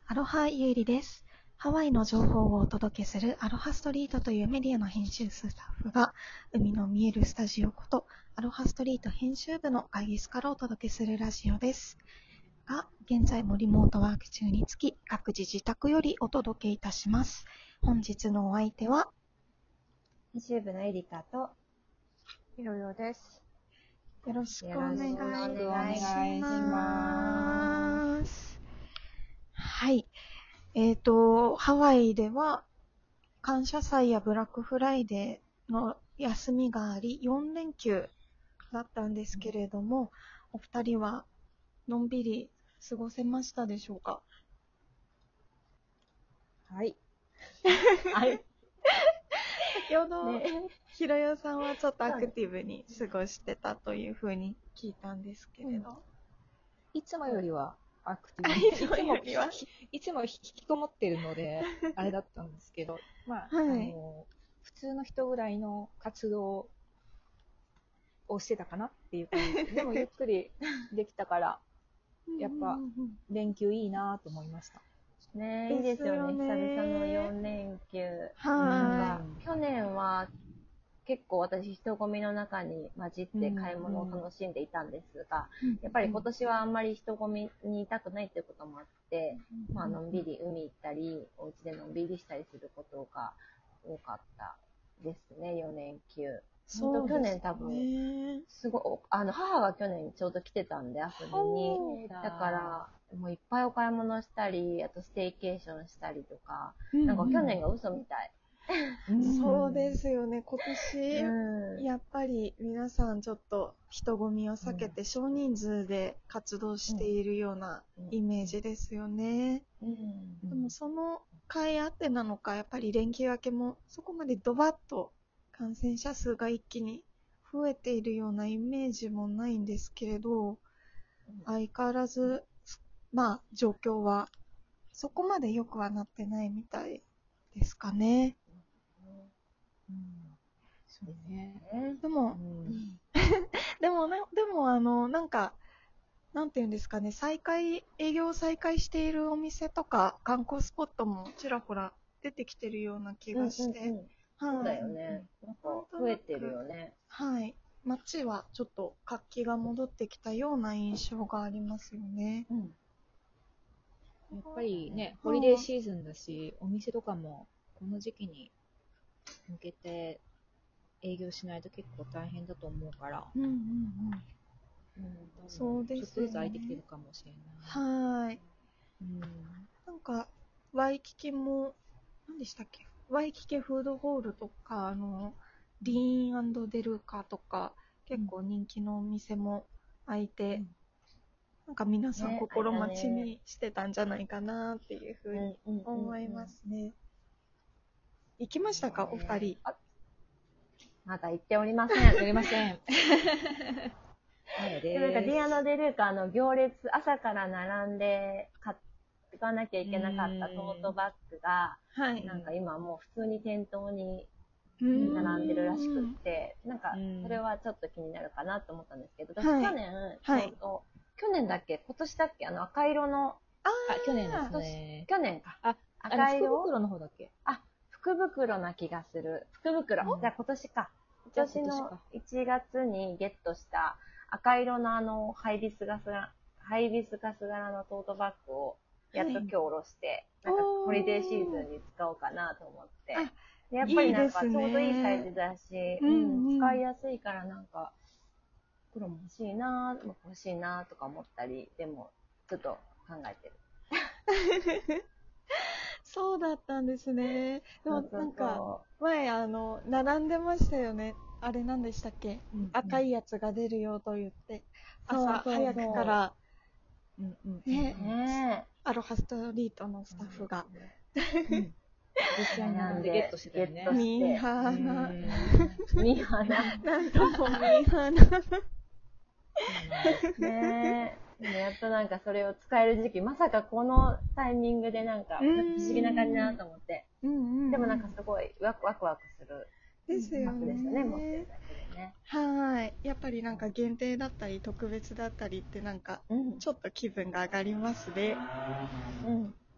アロハゆうりです。ハワイの情報をお届けするアロハストリートというメディアの編集スタッフが海の見えるスタジオことアロハストリート編集部の会議室からお届けするラジオです。が、現在もリモートワーク中につき各自自宅よりお届けいたします。本日のお相手は編集部のエリカとひろよです。 よろしくお願いしします。はい。ハワイでは感謝祭やブラックフライデーの休みがあり、4連休だったんですけれども、お二人はのんびり過ごせましたでしょうか？ はい。 はい。先ほど、 ね、 ひろよさんはちょっとアクティブに過ごしてたというふうに聞いたんですけれど。 いつもよりはアクティブに、いつも引きこもってるので、あれだったんですけど、まあ、 はい。 普通の人ぐらいの活動をしてたかなっていう感じでもゆっくりできたから、やっぱ連休いいなと思いました。 ね、いいですよね。久々の4連休。 はい。 去年は結構私人混みの中に混じって買い物を楽しんでいたんですが、やっぱり今年はあんまり人混みにいたくないということもあって、まあのんびり海行ったり、お家でのんびりしたりすることが多かったですね、4連休。 そうですね。 去年多分、すごい、母が去年ちょうど来てたんで遊びに。だから、もういっぱいお買い物したり、あとステイケーションしたりとか、なんか去年が嘘みたい。 そうですよね。今年、やっぱり皆さんちょっと人混みを避けて少人数で活動しているようなイメージですよね。でもその甲斐あってなのか、やっぱり連休明けもそこまでドバッと感染者数が一気に増えているようなイメージもないんですけれど、相変わらず、まあ状況はそこまで良くはなってないみたいですかね。 そうね。 でも、なんか、なんていうんですかね、営業再開しているお店とか、観光スポットもちらほら出てきてるような気がして、 そうだよね。なんか増えてるよね。 はい。街はちょっと活気が戻ってきたような印象がありますよね。 やっぱりね、ホリデーシーズンだし、お店とかもこの時期に向けて営業しないと結構大変だと思うから、 そうですね。 ちょっとずつ空いてきてるかもしれない。 はい。なんか、ワイキキも、何でしたっけ？ワイキキフードホールとか、ディーン&デルカとか、結構人気のお店も開いて、なんか皆さん心待ちにしてたんじゃないかなっていうふうに思いますね。行きましたか、お二人？ まだ行っておりません。 やりません。 でなんかディアノ・デルーカ行列、朝から並んで買わなきゃいけなかったトートバッグが、なんか今もう普通に店頭に並んでるらしくって、なんかそれはちょっと気になるかなと思ったんですけど、私去年、去年だっけ今年だっけ赤色の、 去年ですね。 去年か。 赤色福袋の方だっけ？ 福袋な気がする。福袋。じゃあ今年か。今年の1月にゲットした赤色のハイビスカス柄のトートバッグをやっと今日下ろして、なんかホリデーシーズンに使おうかなと思って。やっぱりなんかちょうどいいサイズだし、使いやすいからなんか、黒も欲しいなとか思ったり、でもちょっと考えてる。 そうだったんですね。でもなんか前並んでましたよね。あれ何でしたっけ？赤いやつが出るよと言って朝早くからね、アロハストリートのスタッフがなんでゲットしてたよね。 ミーハーななんともミーハーなねえ、やっとなんかそれを使える時期、まさかこのタイミングでなんか不思議な感じだなと思って、でもなんかすごいワクワクするですよね。 でしたね、持ってるだけでね。 はい。やっぱりなんか限定だったり特別だったりってなんかちょっと気分が上がりますね。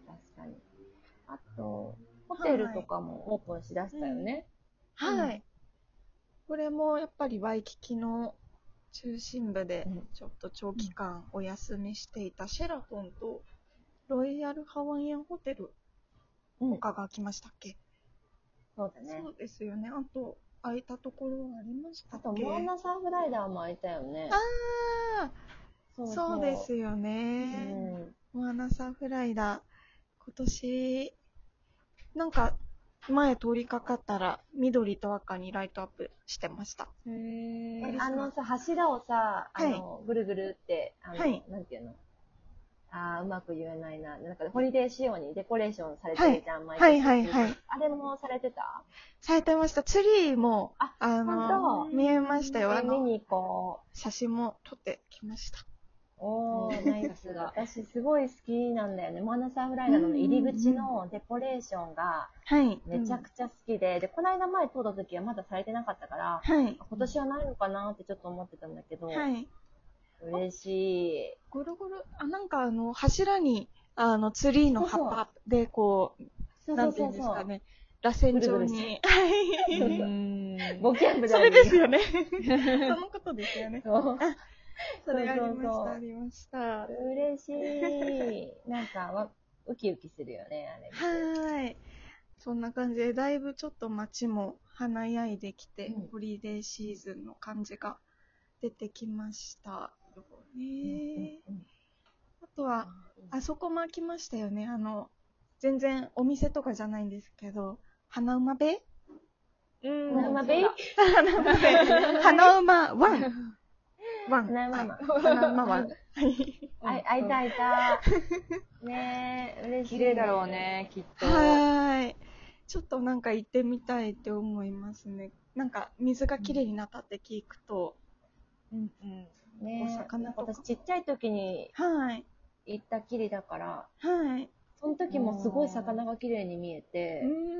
確かに。あと、ホテルとかもオープンしだしたよね。 はい。これもやっぱりワイキキの中心部でちょっと長期間お休みしていたシェラトンとロイヤルハワイアンホテル他が来ましたっけ？ そうだね。 そうですよね。あと、空いたところはありましたっけ？ あと、モアナサーフライダーも空いたよね。 ああ、そうですよね。モアナサーフライダー、今年、なんか、前通りかかったら、緑と赤にライトアップしてました。 柱をさ、ぐるぐるって、なんていうの？うまく言えないな。なんか、ホリデー仕様にデコレーションされてるじゃん、毎年。あれもされてた？ されてました。ツリーも、見えましたよ。 見に行こう。写真も撮ってきました。 おー、ナイス。私すごい好きなんだよね。モアナサーフライダーの入り口のデコレーションがめちゃくちゃ好きで、この間前通った時はまだされてなかったから、今年はないのかなってちょっと思ってたんだけど、嬉しい。 ぐるぐる、なんか柱に、ツリーの葉っぱでこう、なんていうんですかね、螺旋状に。 ボキャブラリー。 それですよね。そのことですよね。それありました。 嬉しい。なんか、ウキウキするよね、あれ。 はい。そんな感じで、だいぶちょっと街も華やいできて、ホリデーシーズンの感じが出てきましたよね。あとは、あそこも開きましたよね。全然お店とかじゃないんですけど、花馬ベイ？ 花馬ベイ？ 花馬ワン。 花馬ワン。開いた。ねえ、嬉しい。 綺麗だろうね、きっと。 はい。ちょっとなんか行ってみたいって思いますね。なんか水が綺麗になったって聞くと。 ねえ、私ちっちゃい時に行ったきりだから、その時もすごい魚が綺麗に見えて、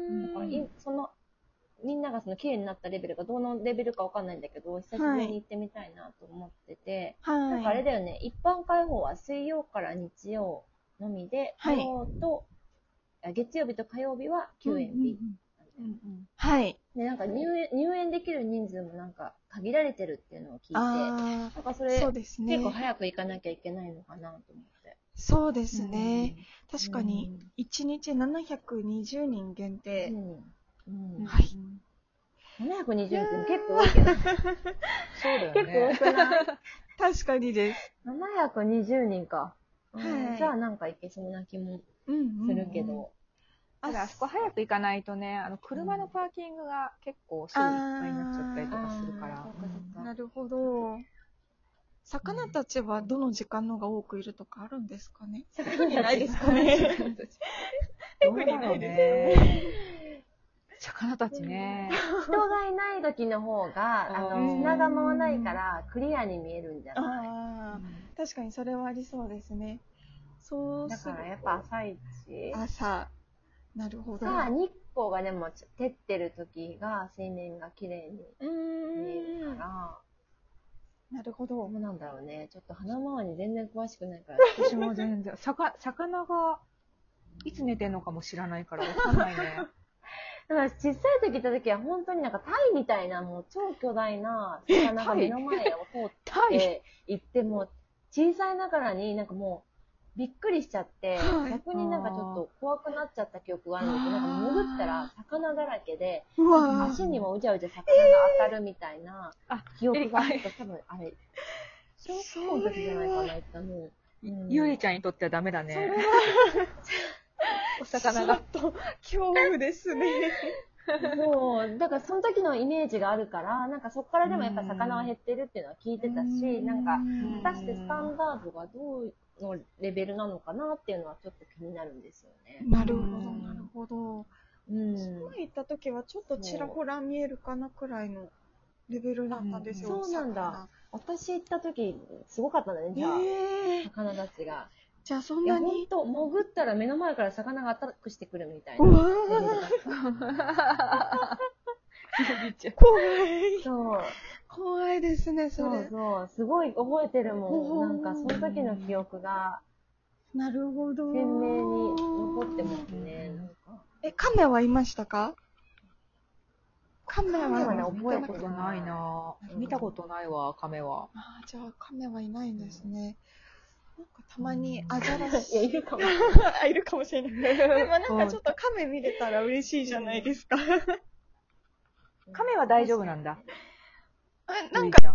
みんながその綺麗になったレベルがどのレベルかわかんないんだけど、久しぶりに行ってみたいなと思ってて、なんかあれだよね、一般開放は水曜から日曜のみで、月曜日と火曜日は休園日。 はい。 で、なんか入園できる人数もなんか限られてるっていうのを聞いて、なんかそれ、結構早く行かなきゃいけないのかなと思って。 そうですね。確かに、1日720人限定。はい。 720人って結構多いけど。そうだよね。 結構多くない？ 確かにです。 720人か。じゃあなんか行けそうな気もするけど。 ただあそこ早く行かないとね、車のパーキングが結構すぐいっぱいになっちゃったりとかするから。 なるほど。魚たちはどの時間のが多くいるとかあるんですかね？ 特にないですかね？ 特にないですね。魚たちね。 人がいない時の方が、砂が回らないからクリアに見えるんじゃない？ 確かにそれはありそうですね。 だからやっぱ朝一？ 朝。なるほど。 さあ、日光がでも照ってる時が水面が綺麗に見えるから。 なるほど。 どうなんだろうね。ちょっと花回りに全然詳しくないから。 私も全然。魚がいつ寝てんのかも知らないからわかんないね。 だから小さい時行った時は本当になんかタイみたいなもう超巨大な魚が目の前を通って行っても小さいながらになんかもうびっくりしちゃって、逆になんかちょっと怖くなっちゃった記憶があるんだけど、なんか潜ったら魚だらけで、足にもうじゃうじゃ魚が当たるみたいな記憶があって、多分あれ、小学校の時じゃないかな、言ったの。 ゆりちゃんにとってはダメだね。 お魚が。ちょっと恐怖ですね。 そう、だからその時のイメージがあるから、なんかそこからでもやっぱ魚は減ってるっていうのは聞いてたし、なんか果たしてスタンダードがどうのレベルなのかなっていうのはちょっと気になるんですよね。 なるほど、なるほど。前行った時はちょっとちらほら見えるかなくらいのレベルだったんですよ。 そうなんだ。私行った時すごかったんだね、じゃあ。魚たちが。 じゃあそんなに。 いや、ほんと、潜ったら目の前から魚がアタックしてくるみたいな。 怖い。 そう。 怖いですね、それ。 そうそう。すごい覚えてるもん。なんか、その時の記憶がなるほど。 鮮明に残ってますね。 亀はいましたか？亀はね見た覚えてことないな。見たことないわ、亀は。 じゃあ亀はいないんですね。なんかたまにアザラシ。 いや、いるかもしれない。 いるかもしれない。でもなんかちょっと亀見れたら嬉しいじゃないですか。 亀は大丈夫なんだ。 なんか、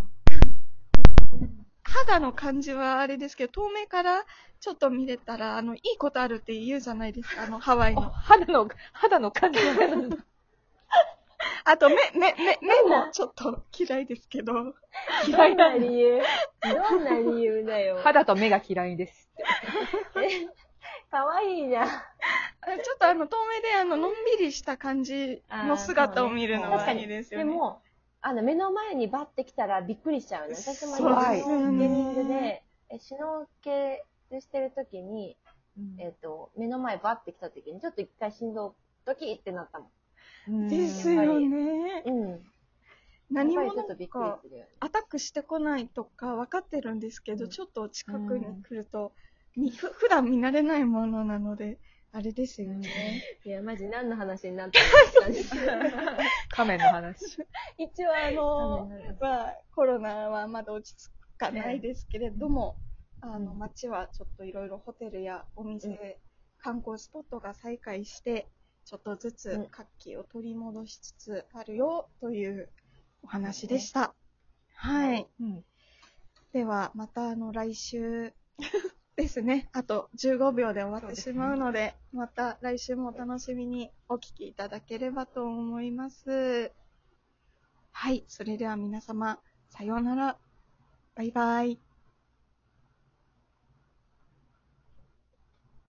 肌の感じはあれですけど、遠目からちょっと見れたら、いいことあるって言うじゃないですか、ハワイの。 肌の感じが。 あと、目もちょっと嫌いですけど。 嫌いな理由どんな理由だよ。 肌と目が嫌いですって。 かわいいじゃん。 ちょっと遠目でのんびりした感じの姿を見るのはいいですよね。 でも、目の前にバッて来たらびっくりしちゃうね。私もシュそうノですよねーケリングで、シュノーケルしてる時に、目の前バッて来た時に、ちょっと一回心臓ドキってなったもん。 ですよね。何もなんかアタックしてこないとか分かってるんですけど、ちょっと近くに来ると、普段見慣れないものなので、あれですよね。 いや、マジ何の話になったのって感じ。 亀の話。 一応コロナはまだ落ち着かないですけれども、街はちょっといろいろホテルやお店、観光スポットが再開して、ちょっとずつ活気を取り戻しつつあるよというお話でした。はい。では、また来週ですね。あと15秒で終わってしまうので、また来週もお楽しみにお聞きいただければと思います。はい。それでは皆様、さようなら。バイバイ。